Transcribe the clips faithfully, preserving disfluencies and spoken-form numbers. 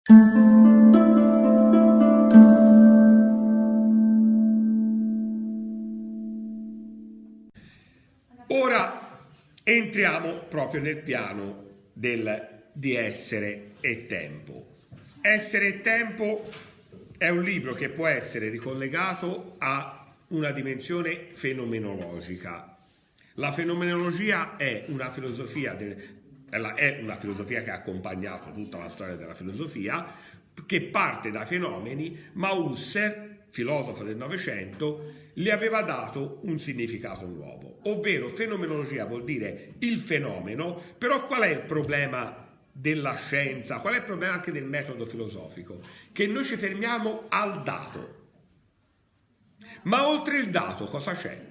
Ora entriamo proprio nel piano del, di Essere e Tempo. Essere e Tempo è un libro che può essere ricollegato a una dimensione fenomenologica. La fenomenologia è una filosofia, del, è una filosofia che ha accompagnato tutta la storia della filosofia, che parte dai fenomeni, ma Husserl, filosofo del Novecento, gli aveva dato un significato nuovo, ovvero fenomenologia vuol dire il fenomeno, però qual è il problema della scienza, qual è il problema anche del metodo filosofico? Che noi ci fermiamo al dato, ma oltre il dato cosa c'è?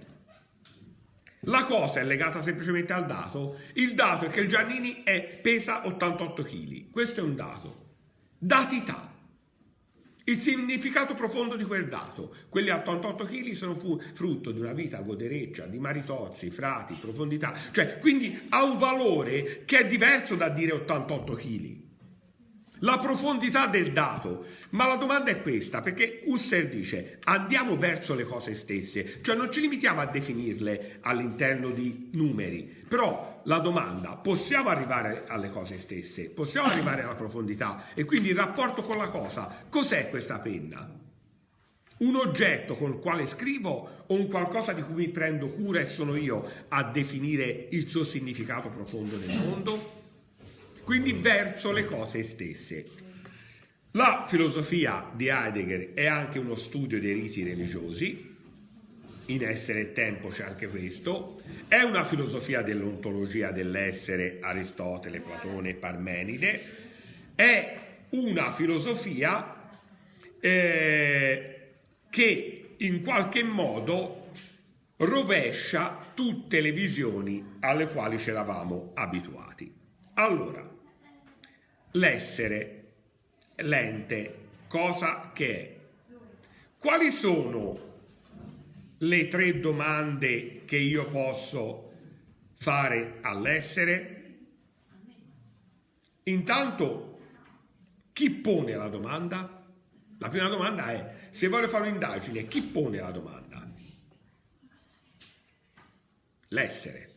La cosa è legata semplicemente al dato. Il dato è che il Giannini è, pesa ottantotto chili, questo è un dato, datità. Il significato profondo di quel dato, quelli a ottantotto chili sono frutto di una vita godereccia, di maritozzi, frati, profondità, cioè quindi ha un valore che è diverso da dire ottantotto chili. La profondità del dato, ma la domanda è questa, perché Husserl dice andiamo verso le cose stesse, cioè non ci limitiamo a definirle all'interno di numeri, però la domanda, possiamo arrivare alle cose stesse, possiamo arrivare alla profondità e quindi il rapporto con la cosa, cos'è questa penna? Un oggetto con il quale scrivo o un qualcosa di cui mi prendo cura e sono io a definire il suo significato profondo nel mondo? Quindi verso le cose stesse. La filosofia di Heidegger è anche uno studio dei riti religiosi, in Essere e Tempo c'è anche questo, è una filosofia dell'ontologia dell'essere, Aristotele, Platone, Parmenide, è una filosofia eh, che in qualche modo rovescia tutte le visioni alle quali ci eravamo abituati. Allora, l'essere, l'ente, cosa che è? Quali sono le tre domande che io posso fare all'essere? Intanto, chi pone la domanda? La prima domanda è, se voglio fare un'indagine, chi pone la domanda? L'essere.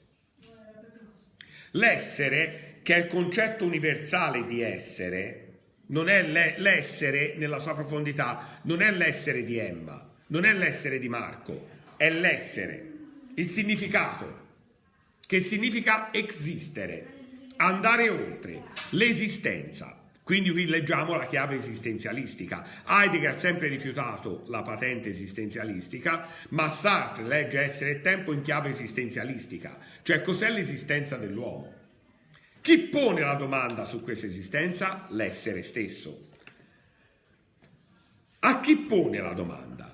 L'essere, che è il concetto universale di essere, non è l'essere nella sua profondità, non è l'essere di Emma, non è l'essere di Marco, è l'essere, il significato, che significa esistere, andare oltre, l'esistenza. Quindi qui leggiamo la chiave esistenzialistica. Heidegger ha sempre rifiutato la patente esistenzialistica, ma Sartre legge Essere e Tempo in chiave esistenzialistica, cioè cos'è l'esistenza dell'uomo. Chi pone la domanda su questa esistenza? L'essere stesso. A chi pone la domanda?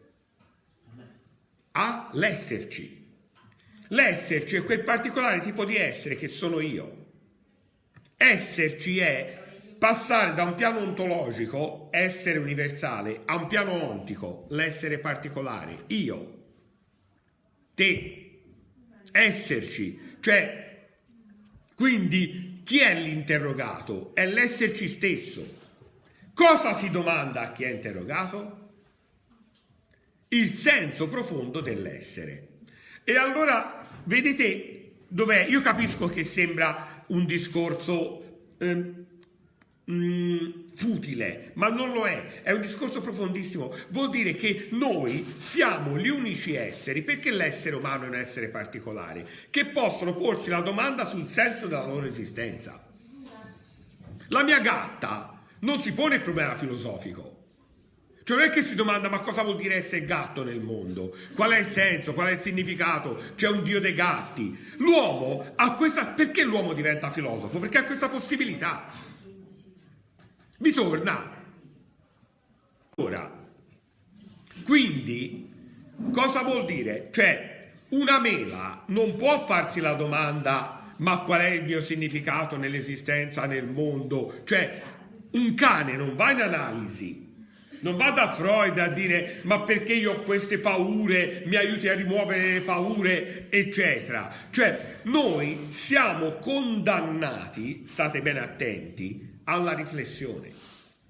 A l'esserci. L'esserci è quel particolare tipo di essere che sono io. Esserci è passare da un piano ontologico, essere universale, a un piano ontico, l'essere particolare, io, te, esserci, cioè, quindi chi è l'interrogato? È l'esserci stesso. Cosa si domanda a chi è interrogato? Il senso profondo dell'essere. E allora, vedete dov'è? Io capisco che sembra un discorso eh, Mm, futile, ma non lo è, è un discorso profondissimo. Vuol dire che noi siamo gli unici esseri, perché l'essere umano è un essere particolare, che possono porsi la domanda sul senso della loro esistenza. La mia gatta non si pone il problema filosofico, cioè non è che si domanda ma cosa vuol dire essere gatto nel mondo, qual è il senso, qual è il significato, c'è un dio dei gatti. L'uomo ha questa, perché l'uomo diventa filosofo? Perché ha questa possibilità. Mi torna. Ora, quindi, cosa vuol dire? Cioè, una mela non può farsi la domanda ma qual è il mio significato nell'esistenza, nel mondo? Cioè, un cane non va in analisi, non va da Freud a dire ma perché io ho queste paure, mi aiuti a rimuovere le paure, eccetera. Cioè, noi siamo condannati, state bene attenti, alla riflessione.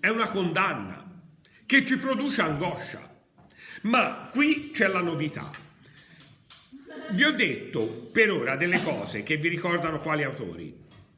è una condanna che ci produce angoscia. Ma qui c'è la novità. Vi ho detto per ora delle cose che vi ricordano quali autori.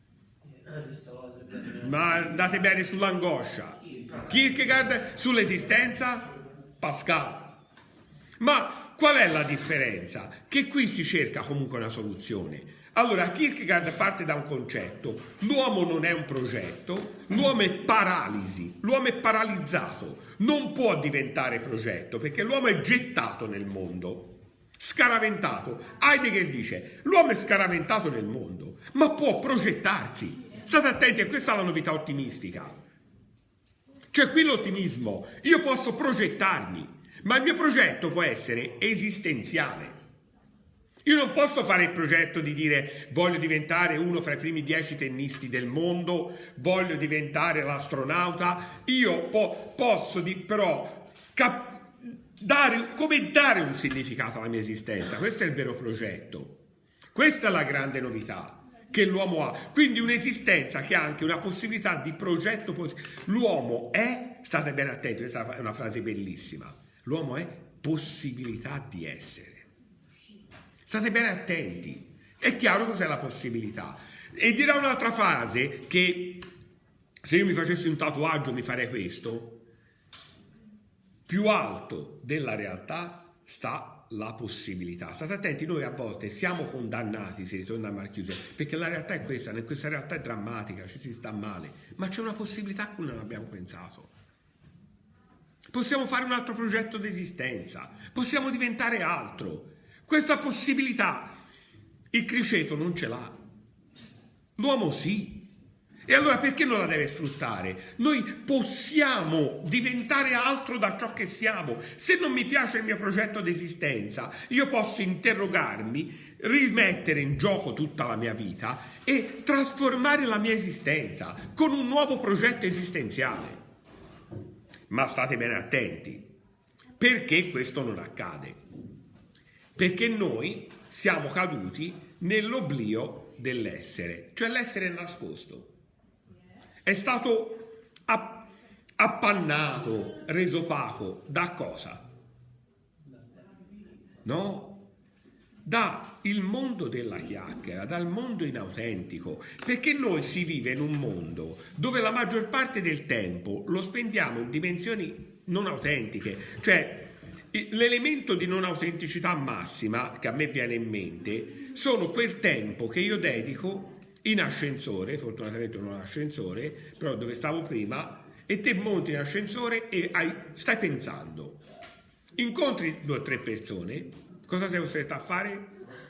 Ma andate bene sull'angoscia. Kierkegaard sull'esistenza? Pascal. Ma qual è la differenza? Che qui si cerca comunque una soluzione. Allora, Kierkegaard parte da un concetto: l'uomo non è un progetto, l'uomo è paralisi, l'uomo è paralizzato, non può diventare progetto perché l'uomo è gettato nel mondo, scaraventato. Heidegger dice: l'uomo è scaraventato nel mondo, ma può progettarsi. State attenti, e questa è la novità ottimistica. Cioè qui l'ottimismo, io posso progettarmi, ma il mio progetto può essere esistenziale. Io non posso fare il progetto di dire voglio diventare uno fra i primi dieci tennisti del mondo, voglio diventare l'astronauta. Io po- posso di, però cap- dare, come dare un significato alla mia esistenza. Questo è il vero progetto. Questa è la grande novità che l'uomo ha. Quindi un'esistenza che ha anche una possibilità di progetto. Poss- l'uomo è, state bene attenti, questa è una frase bellissima, l'uomo è possibilità di essere. State bene attenti, è chiaro cos'è la possibilità. E dirà un'altra frase che se io mi facessi un tatuaggio mi farei questo: più alto della realtà sta la possibilità. State attenti, noi a volte siamo condannati, si ritorna a Marcuse, perché la realtà è questa, questa realtà è drammatica, ci si sta male, ma c'è una possibilità a cui non abbiamo pensato. Possiamo fare un altro progetto d'esistenza, possiamo diventare altro. Questa possibilità il criceto non ce l'ha, l'uomo sì. E allora perché non la deve sfruttare? Noi possiamo diventare altro da ciò che siamo. Se non mi piace il mio progetto d'esistenza, io posso interrogarmi, rimettere in gioco tutta la mia vita e trasformare la mia esistenza con un nuovo progetto esistenziale. Ma state bene attenti, perché questo non accade? Perché noi siamo caduti nell'oblio dell'essere, cioè l'essere nascosto. È stato app- appannato, reso opaco, da cosa? No? Da il mondo della chiacchiera, dal mondo inautentico, perché noi si vive in un mondo dove la maggior parte del tempo lo spendiamo in dimensioni non autentiche, cioè l'elemento di non autenticità massima che a me viene in mente sono quel tempo che io dedico in ascensore, fortunatamente non ho un ascensore, però dove stavo prima, e te monti in ascensore e hai, stai pensando, incontri due o tre persone, cosa sei costretto a fare?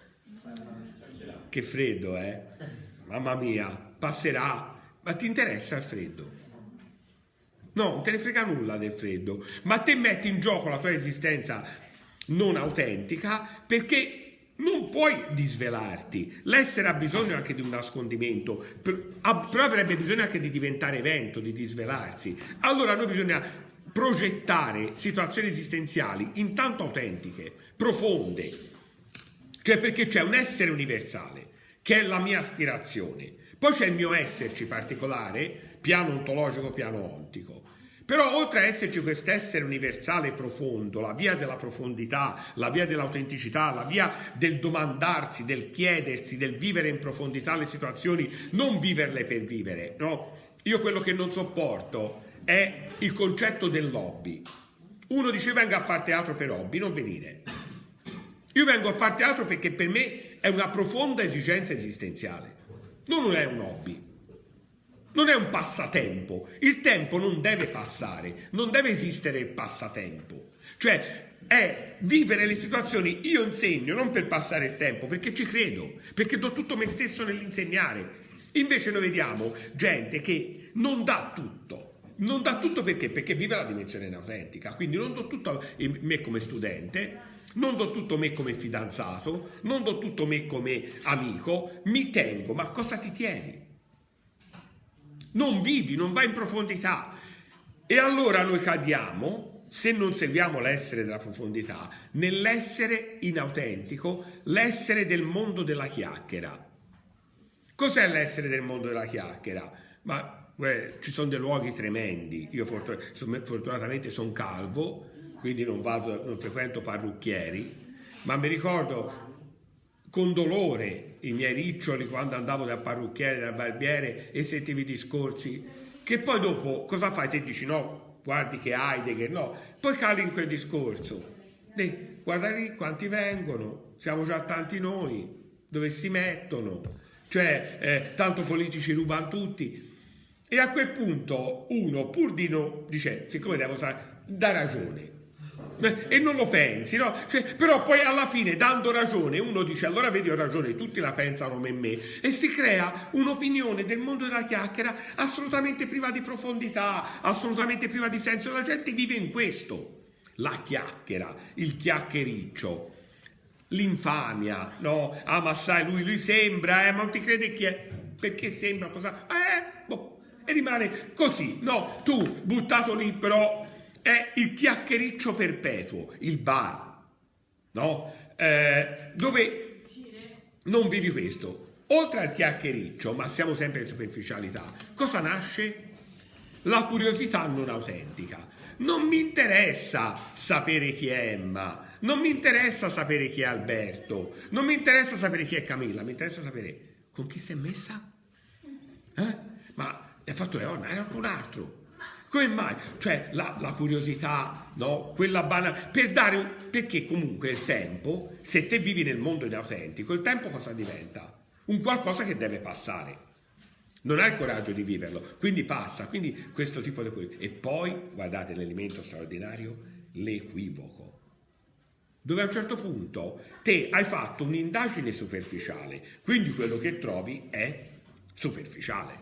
Che freddo, eh? Mamma mia, passerà, ma ti interessa il freddo? No, non te ne frega nulla del freddo, ma te metti in gioco la tua esistenza non autentica perché non puoi disvelarti. L'essere ha bisogno anche di un nascondimento, però avrebbe bisogno anche di diventare evento, di disvelarsi. Allora a noi bisogna progettare situazioni esistenziali intanto autentiche, profonde, cioè perché c'è un essere universale che è la mia aspirazione, poi c'è il mio esserci particolare, piano ontologico, piano ontico. Però oltre a esserci questo essere universale profondo, la via della profondità, la via dell'autenticità, la via del domandarsi, del chiedersi, del vivere in profondità le situazioni, non viverle per vivere, no? Io quello che non sopporto è il concetto dell'hobby. Uno dice venga a fare teatro per hobby, non venire. Io vengo a fare teatro perché per me è una profonda esigenza esistenziale, non è un hobby. Non è un passatempo, il tempo non deve passare, non deve esistere il passatempo, cioè è vivere le situazioni. Io insegno non per passare il tempo, perché ci credo, perché do tutto me stesso nell'insegnare. Invece noi vediamo gente che non dà tutto, non dà tutto perché? Perché vive la dimensione inautentica, quindi non do tutto me come studente, non do tutto me come fidanzato, non do tutto me come amico, mi tengo, ma cosa ti tieni? Non vivi, non vai in profondità. E allora noi cadiamo, se non seguiamo l'essere della profondità, nell'essere inautentico, l'essere del mondo della chiacchiera. Cos'è l'essere del mondo della chiacchiera? Ma Beh, ci sono dei luoghi tremendi. Io fortunatamente sono calvo, quindi non, vado, non frequento parrucchieri, ma mi ricordo con dolore i miei riccioli quando andavo dal parrucchiere, dal barbiere e sentivo i discorsi, che poi dopo cosa fai? Te dici no, guardi che Heidegger, no, poi cali in quel discorso. E, guarda lì quanti vengono, siamo già tanti noi, dove si mettono, cioè eh, tanto politici rubano tutti. E a quel punto uno, pur di no, dice, siccome devo stare, dà ragione. E non lo pensi, no? Cioè, però poi alla fine, dando ragione, uno dice allora vedi ho ragione, tutti la pensano come me, e si crea un'opinione del mondo della chiacchiera assolutamente priva di profondità, assolutamente priva di senso. La gente vive in questo, la chiacchiera, il chiacchiericcio, l'infamia, no? Ah ma sai lui, lui sembra, eh, ma non ti crede chi è? Perché sembra cosa? Eh, boh, e rimane così, no? Tu buttato lì però è il chiacchiericcio perpetuo, il bar, no? Eh, dove non vivi questo. Oltre al chiacchiericcio, ma siamo sempre in superficialità, cosa nasce? La curiosità non autentica. Non mi interessa sapere chi è Emma, non mi interessa sapere chi è Alberto, non mi interessa sapere chi è Camilla, mi interessa sapere con chi si è messa? Eh? Ma ha fatto le onna, era qualcun altro. Come mai? Cioè la, la curiosità, no? Quella banale, per dare, perché comunque il tempo, se te vivi nel mondo inautentico, il tempo cosa diventa? Un qualcosa che deve passare. Non hai il coraggio di viverlo, quindi passa, quindi questo tipo di curiosità. E poi, guardate l'elemento straordinario, l'equivoco. Dove a un certo punto te hai fatto un'indagine superficiale, quindi quello che trovi è superficiale.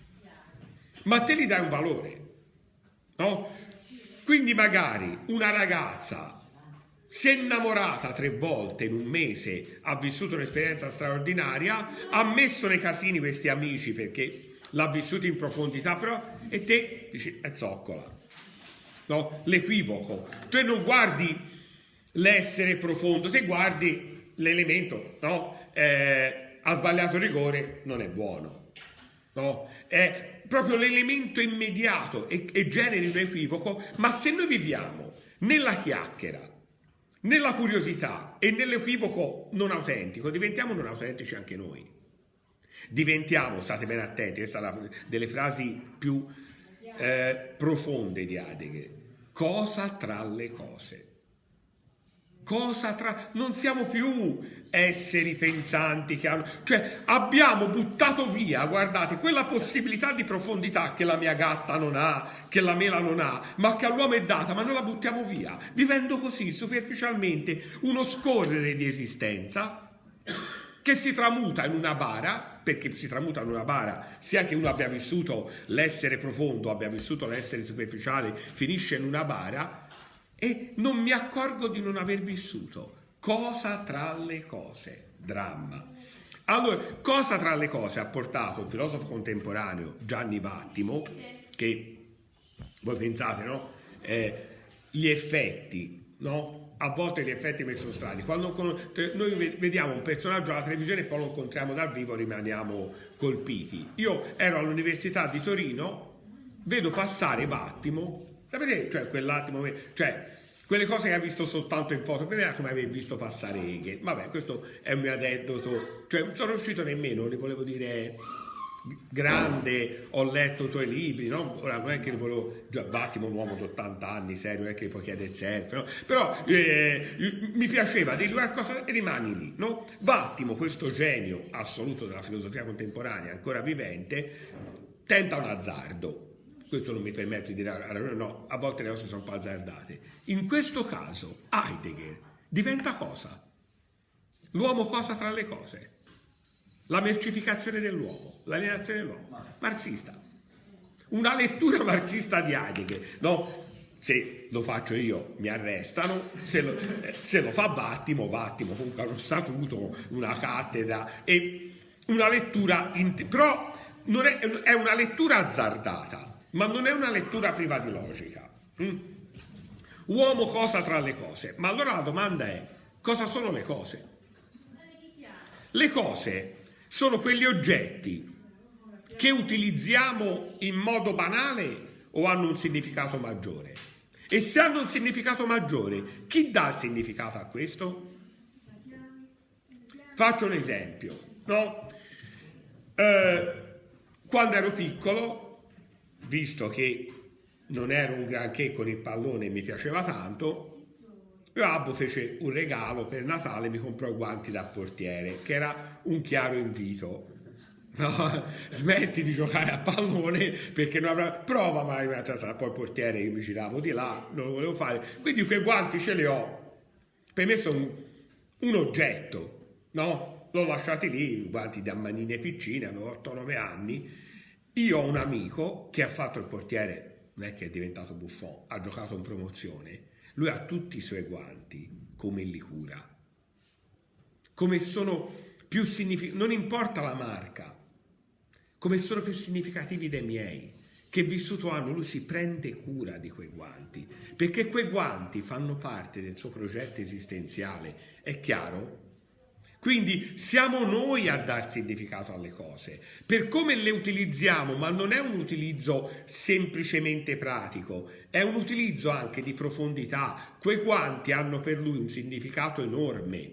Ma te gli dai un valore. No? Quindi magari una ragazza si è innamorata tre volte in un mese, ha vissuto un'esperienza straordinaria, ha messo nei casini questi amici perché l'ha vissuto in profondità, però e te dici è zoccola, no? L'equivoco, cioè non guardi l'essere profondo, se guardi l'elemento, no? Eh, ha sbagliato il rigore, non è buono, no? È proprio l'elemento immediato e, e generi un equivoco. Ma se noi viviamo nella chiacchiera, nella curiosità e nell'equivoco non autentico, diventiamo non autentici anche noi. Diventiamo, state ben attenti, questa è una delle frasi più eh, profonde di Heidegger, cosa tra le cose. Cosa tra... Non siamo più esseri pensanti che hanno... Cioè abbiamo buttato via, guardate, quella possibilità di profondità che la mia gatta non ha, che la mela non ha, ma che all'uomo è data, ma noi la buttiamo via, vivendo così superficialmente uno scorrere di esistenza che si tramuta in una bara, perché si tramuta in una bara, sia che uno abbia vissuto l'essere profondo, abbia vissuto l'essere superficiale, finisce in una bara. E non mi accorgo di non aver vissuto. Cosa tra le cose? Dramma. Allora, cosa tra le cose ha portato un filosofo contemporaneo, Gianni Vattimo, che voi pensate, no? Eh, gli effetti, no? A volte gli effetti mi sono strani. Quando noi vediamo un personaggio alla televisione e poi lo incontriamo dal vivo, rimaniamo colpiti. Io ero all'Università di Torino, vedo passare Vattimo. Sapete, cioè quell'attimo, cioè quelle cose che hai visto soltanto in foto, per me era come aver visto passare Hegel. Vabbè, questo è un mio aneddoto, cioè non sono riuscito nemmeno, non volevo dire grande, ho letto i tuoi libri, no? Ora non è che volevo, già Vattimo, un uomo di ottanta anni, serio, non è che puoi chiedere il self, no? Però eh, mi piaceva dire qualcosa e rimani lì, no? Vattimo, questo genio assoluto della filosofia contemporanea, ancora vivente, tenta un azzardo. Questo non mi permette di dire no, a volte le cose sono un po' azzardate. In questo caso Heidegger diventa cosa? L'uomo cosa tra le cose? La mercificazione dell'uomo, l'alienazione dell'uomo, marxista. Una lettura marxista di Heidegger, no? Se lo faccio io mi arrestano, se lo, eh, se lo fa Vattimo, Vattimo comunque ha statuto, una cattedra e una lettura, in, però non è, è una lettura azzardata. Ma non è una lettura priva di logica. Mm? Uomo cosa tra le cose. Ma allora la domanda è, cosa sono le cose? Le cose sono quegli oggetti che utilizziamo in modo banale o hanno un significato maggiore? E se hanno un significato maggiore, chi dà il significato a questo? Faccio un esempio, no? Eh, quando ero piccolo, visto che non ero un granché con il pallone e mi piaceva tanto, mio babbo fece un regalo per Natale, mi comprò i guanti da portiere, che era un chiaro invito. No, smetti di giocare a pallone perché non avrà prova mai una casa, poi il portiere io mi giravo di là, non lo volevo fare, quindi quei guanti ce li ho, per me sono un, un oggetto, no? L'ho lasciati lì, guanti da manine piccine, avevo otto nove anni. Io ho un amico che ha fatto il portiere, non è che è diventato Buffon, ha giocato in promozione, lui ha tutti i suoi guanti come li cura, come sono più significativi, non importa la marca, come sono più significativi dei miei, che vissuto hanno, lui si prende cura di quei guanti, perché quei guanti fanno parte del suo progetto esistenziale, è chiaro? Quindi siamo noi a dar significato alle cose, per come le utilizziamo, ma non è un utilizzo semplicemente pratico, è un utilizzo anche di profondità. Quei guanti hanno per lui un significato enorme,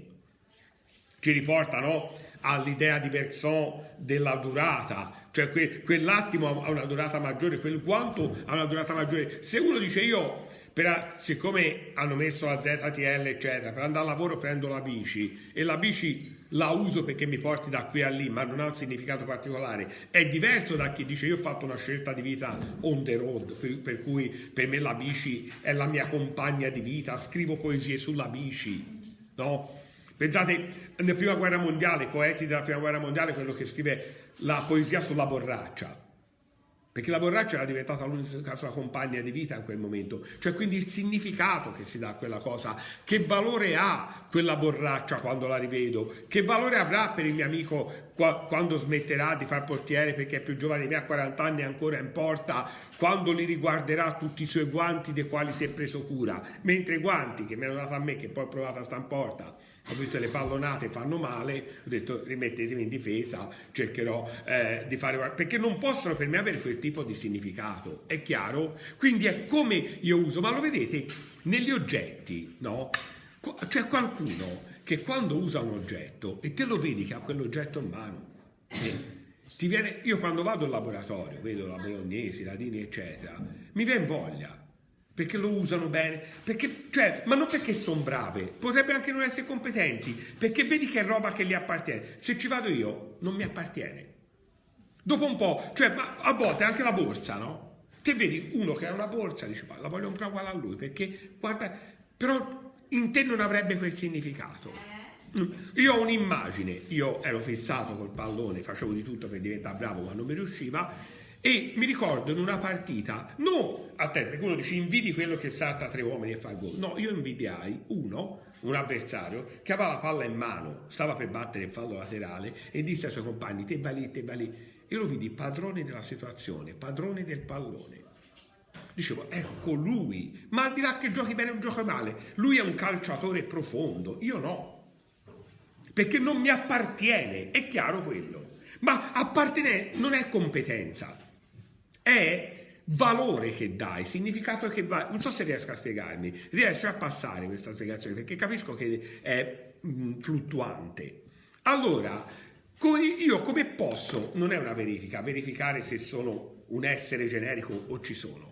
ci riportano all'idea di Bergson della durata, cioè que- quell'attimo ha una durata maggiore, quel guanto ha una durata maggiore. Se uno dice io, per, siccome hanno messo la Z T L eccetera, per andare al lavoro prendo la bici e la bici la uso perché mi porti da qui a lì, ma non ha un significato particolare, è diverso da chi dice io ho fatto una scelta di vita on the road, per, per cui per me la bici è la mia compagna di vita, scrivo poesie sulla bici, no? Pensate, nella prima guerra mondiale, i poeti della prima guerra mondiale, quello che scrive la poesia sulla borraccia, perché la borraccia era diventata l'unica sua compagna di vita in quel momento, cioè quindi il significato che si dà a quella cosa, che valore ha quella borraccia quando la rivedo, che valore avrà per il mio amico qua, quando smetterà di far portiere perché è più giovane di me, a quaranta anni ancora in porta, quando li riguarderà tutti i suoi guanti dei quali si è preso cura, mentre i guanti che mi hanno dato a me, che poi ho provato a stare in porta, ho visto le pallonate fanno male, ho detto rimettetemi in difesa, cercherò eh, di fare, perché non possono per me avere quel tipo di significato, è chiaro? Quindi è come io uso, ma lo vedete negli oggetti, no? C'è qualcuno che quando usa un oggetto e te lo vedi che ha quell'oggetto in mano, eh, ti viene, io quando vado al laboratorio, vedo la Bolognesi, la Dini eccetera, mi viene voglia, perché lo usano bene, perché, cioè, ma non perché sono brave, potrebbero anche non essere competenti, perché vedi che è roba che gli appartiene. Se ci vado io, non mi appartiene. Dopo un po', cioè, ma a volte anche la borsa, no? Te vedi uno che ha una borsa, dici, ma la voglio comprare uguale a lui, perché, guarda, però in te non avrebbe quel significato. Io ho un'immagine, io ero fissato col pallone, facevo di tutto per diventare bravo, ma non mi riusciva. E mi ricordo in una partita, no, attento, perché uno dice invidi quello che salta tre uomini e fa il gol. No, io invidiai uno, un avversario, che aveva la palla in mano, stava per battere il fallo laterale e disse ai suoi compagni, te vai lì, te vai lì. Io lo vidi padrone della situazione, padrone del pallone. Dicevo, ecco lui, ma al di là che giochi bene o giochi male, lui è un calciatore profondo, io no, perché non mi appartiene, è chiaro quello. Ma appartenere non è competenza, è valore che dai, significato che va. Non so se riesco a spiegarmi, riesco a passare questa spiegazione perché capisco che è mh, fluttuante. Allora, io come posso, non è una verifica, verificare se sono un essere generico o ci sono?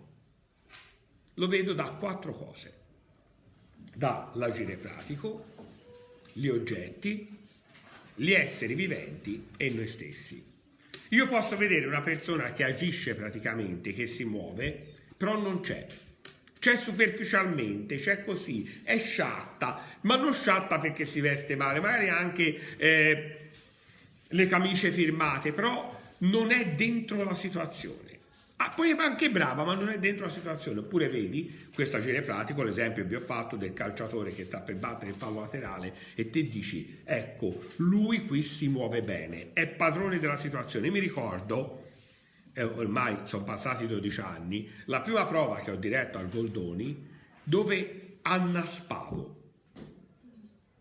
Lo vedo da quattro cose: dall'agire pratico, gli oggetti, gli esseri viventi e noi stessi. Io posso vedere una persona che agisce praticamente, che si muove, però non c'è. C'è superficialmente, c'è così, è sciatta, ma non sciatta perché si veste male, magari anche eh, le camicie firmate, però non è dentro la situazione. Ah, poi è anche brava, ma non è dentro la situazione. Oppure vedi, questo agire pratico, l'esempio che vi ho fatto del calciatore che sta per battere il fallo laterale e te dici, ecco, lui qui si muove bene, è padrone della situazione. Mi ricordo, eh, ormai sono passati dodici anni, la prima prova che ho diretto al Goldoni, dove annaspavo.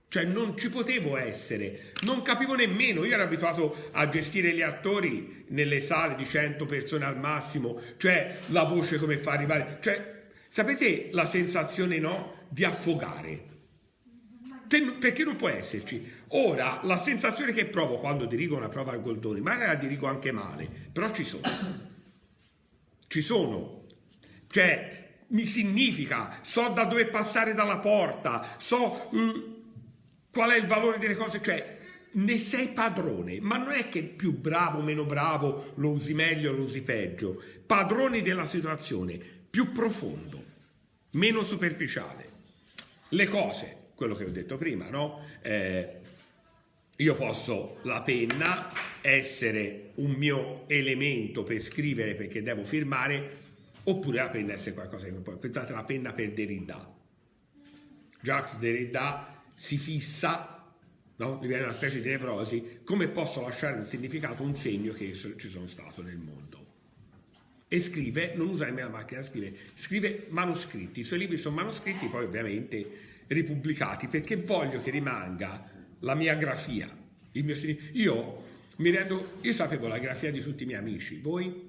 Cioè non ci potevo essere, non capivo nemmeno, io ero abituato a gestire gli attori nelle sale di cento persone al massimo, cioè la voce come fa arrivare, cioè sapete la sensazione, no, di affogare, perché non può esserci. Ora la sensazione che provo quando dirigo una prova al Goldoni, magari la dirigo anche male, però ci sono, ci sono, cioè mi significa, so da dove passare dalla porta, so... Uh, qual è il valore delle cose, cioè ne sei padrone, ma non è che più bravo, meno bravo, lo usi meglio, lo usi peggio, padrone della situazione, più profondo, meno superficiale. Le cose, quello che ho detto prima, no? Eh, io posso, la penna, essere un mio elemento per scrivere perché devo firmare, oppure la penna essere qualcosa che poi, pensate la penna per Derrida. Jacques Derrida si fissa, no? Gli viene una specie di nevrosi, come posso lasciare un significato, un segno che ci sono stato nel mondo. E scrive, non usa nemmeno la macchina, scrive, scrive manoscritti, i suoi libri sono manoscritti, poi ovviamente ripubblicati, perché voglio che rimanga la mia grafia, il mio significato. Io mi rendo, io sapevo la grafia di tutti i miei amici, voi?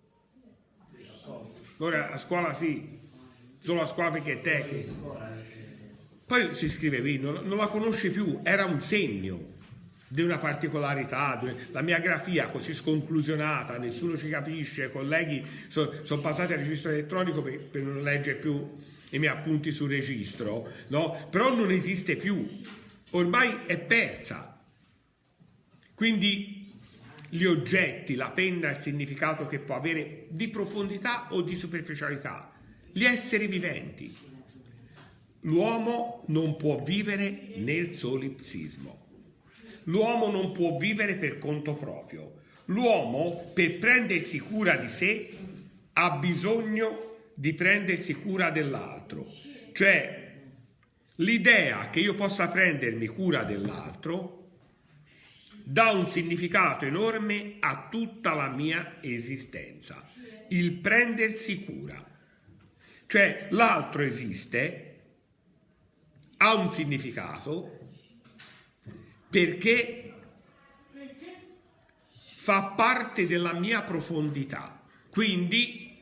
Ora a scuola sì, solo a scuola perché è tecnico. Poi si scrive qui, non, non la conosce più, era un segno di una particolarità, di, la mia grafia così sconclusionata, nessuno ci capisce, i colleghi sono son passati al registro elettronico per, per non leggere più i miei appunti sul registro, no? Però non esiste più, ormai è persa. Quindi gli oggetti, la penna, il significato che può avere di profondità o di superficialità, gli esseri viventi. L'uomo non può vivere nel solipsismo, l'uomo non può vivere per conto proprio, l'uomo per prendersi cura di sé ha bisogno di prendersi cura dell'altro, cioè l'idea che io possa prendermi cura dell'altro dà un significato enorme a tutta la mia esistenza, il prendersi cura, cioè l'altro esiste, ha un significato perché fa parte della mia profondità. Quindi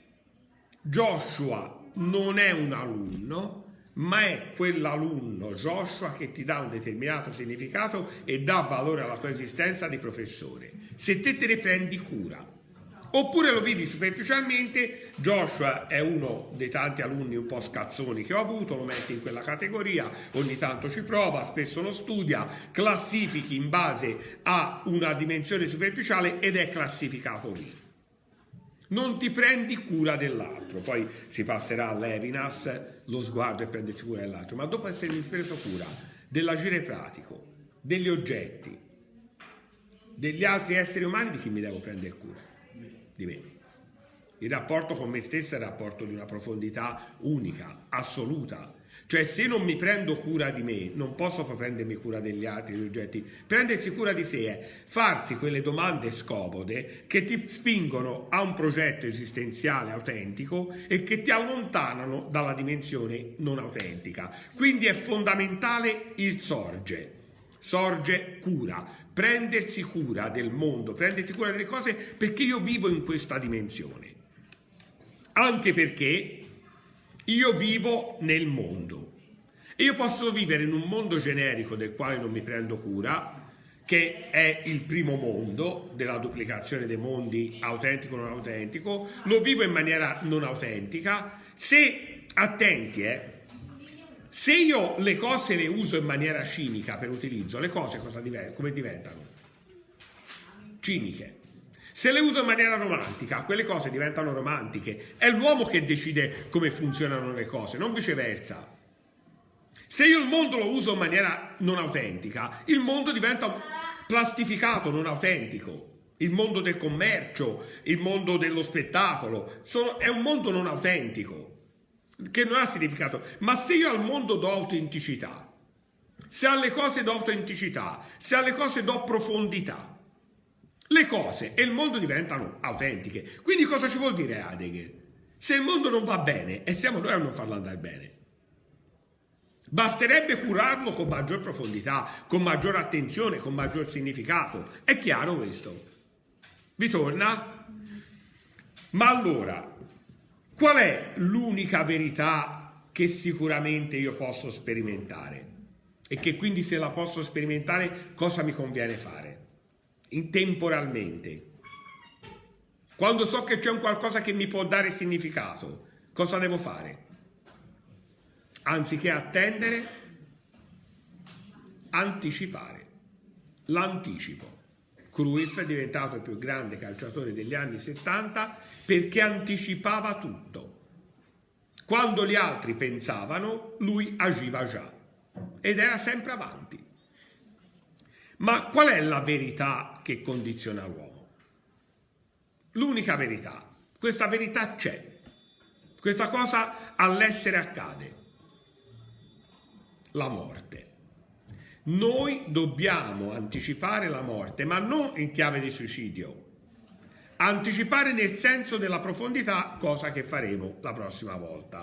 Joshua non è un alunno, ma è quell'alunno, Joshua, che ti dà un determinato significato e dà valore alla tua esistenza di professore. Se te te ne prendi cura. Oppure lo vedi superficialmente, Joshua è uno dei tanti alunni un po' scazzoni che ho avuto, lo metti in quella categoria, ogni tanto ci prova, spesso non studia, classifichi in base a una dimensione superficiale ed è classificato lì. Non ti prendi cura dell'altro, poi si passerà a Levinas, lo sguardo e prendersi cura dell'altro, ma dopo essermi preso cura dell'agire pratico, degli oggetti, degli altri esseri umani, di chi mi devo prendere cura? Di me. Il rapporto con me stesso è il rapporto di una profondità unica, assoluta. Cioè se non mi prendo cura di me, non posso poi prendermi cura degli altri, degli oggetti. Prendersi cura di sé è farsi quelle domande scomode che ti spingono a un progetto esistenziale autentico e che ti allontanano dalla dimensione non autentica. Quindi è fondamentale il sorge. Sorge cura. Prendersi cura del mondo, prendersi cura delle cose, perché io vivo in questa dimensione. Anche perché io vivo nel mondo. E io posso vivere in un mondo generico del quale non mi prendo cura, che è il primo mondo della duplicazione dei mondi autentico o non autentico, lo vivo in maniera non autentica. Se, attenti, eh, se io le cose le uso in maniera cinica per utilizzo, le cose cosa divent- come diventano? Ciniche. Se le uso in maniera romantica, quelle cose diventano romantiche. È l'uomo che decide come funzionano le cose, non viceversa. Se io il mondo lo uso in maniera non autentica, il mondo diventa plastificato, non autentico. Il mondo del commercio, il mondo dello spettacolo, sono, è un mondo non autentico, che non ha significato. Ma se io al mondo do autenticità, se alle cose do autenticità, se alle cose do profondità, le cose e il mondo diventano autentiche. Quindi cosa ci vuol dire Heidegger? Se il mondo non va bene, e siamo noi a non farlo andare bene. Basterebbe curarlo con maggior profondità, con maggior attenzione, con maggior significato. È chiaro questo? Vi torna? Ma allora, qual è l'unica verità che sicuramente io posso sperimentare? E che quindi, se la posso sperimentare, cosa mi conviene fare? In temporalmente. Quando so che c'è un qualcosa che mi può dare significato, cosa devo fare? Anziché attendere, anticipare. L'anticipo. Cruyff è diventato il più grande calciatore degli anni settanta perché anticipava tutto. Quando gli altri pensavano, lui agiva già ed era sempre avanti. Ma qual è la verità che condiziona l'uomo? L'unica verità. Questa verità c'è. Questa cosa all'essere accade. La morte. Noi dobbiamo anticipare la morte, ma non in chiave di suicidio. Anticipare nel senso della profondità, cosa che faremo la prossima volta.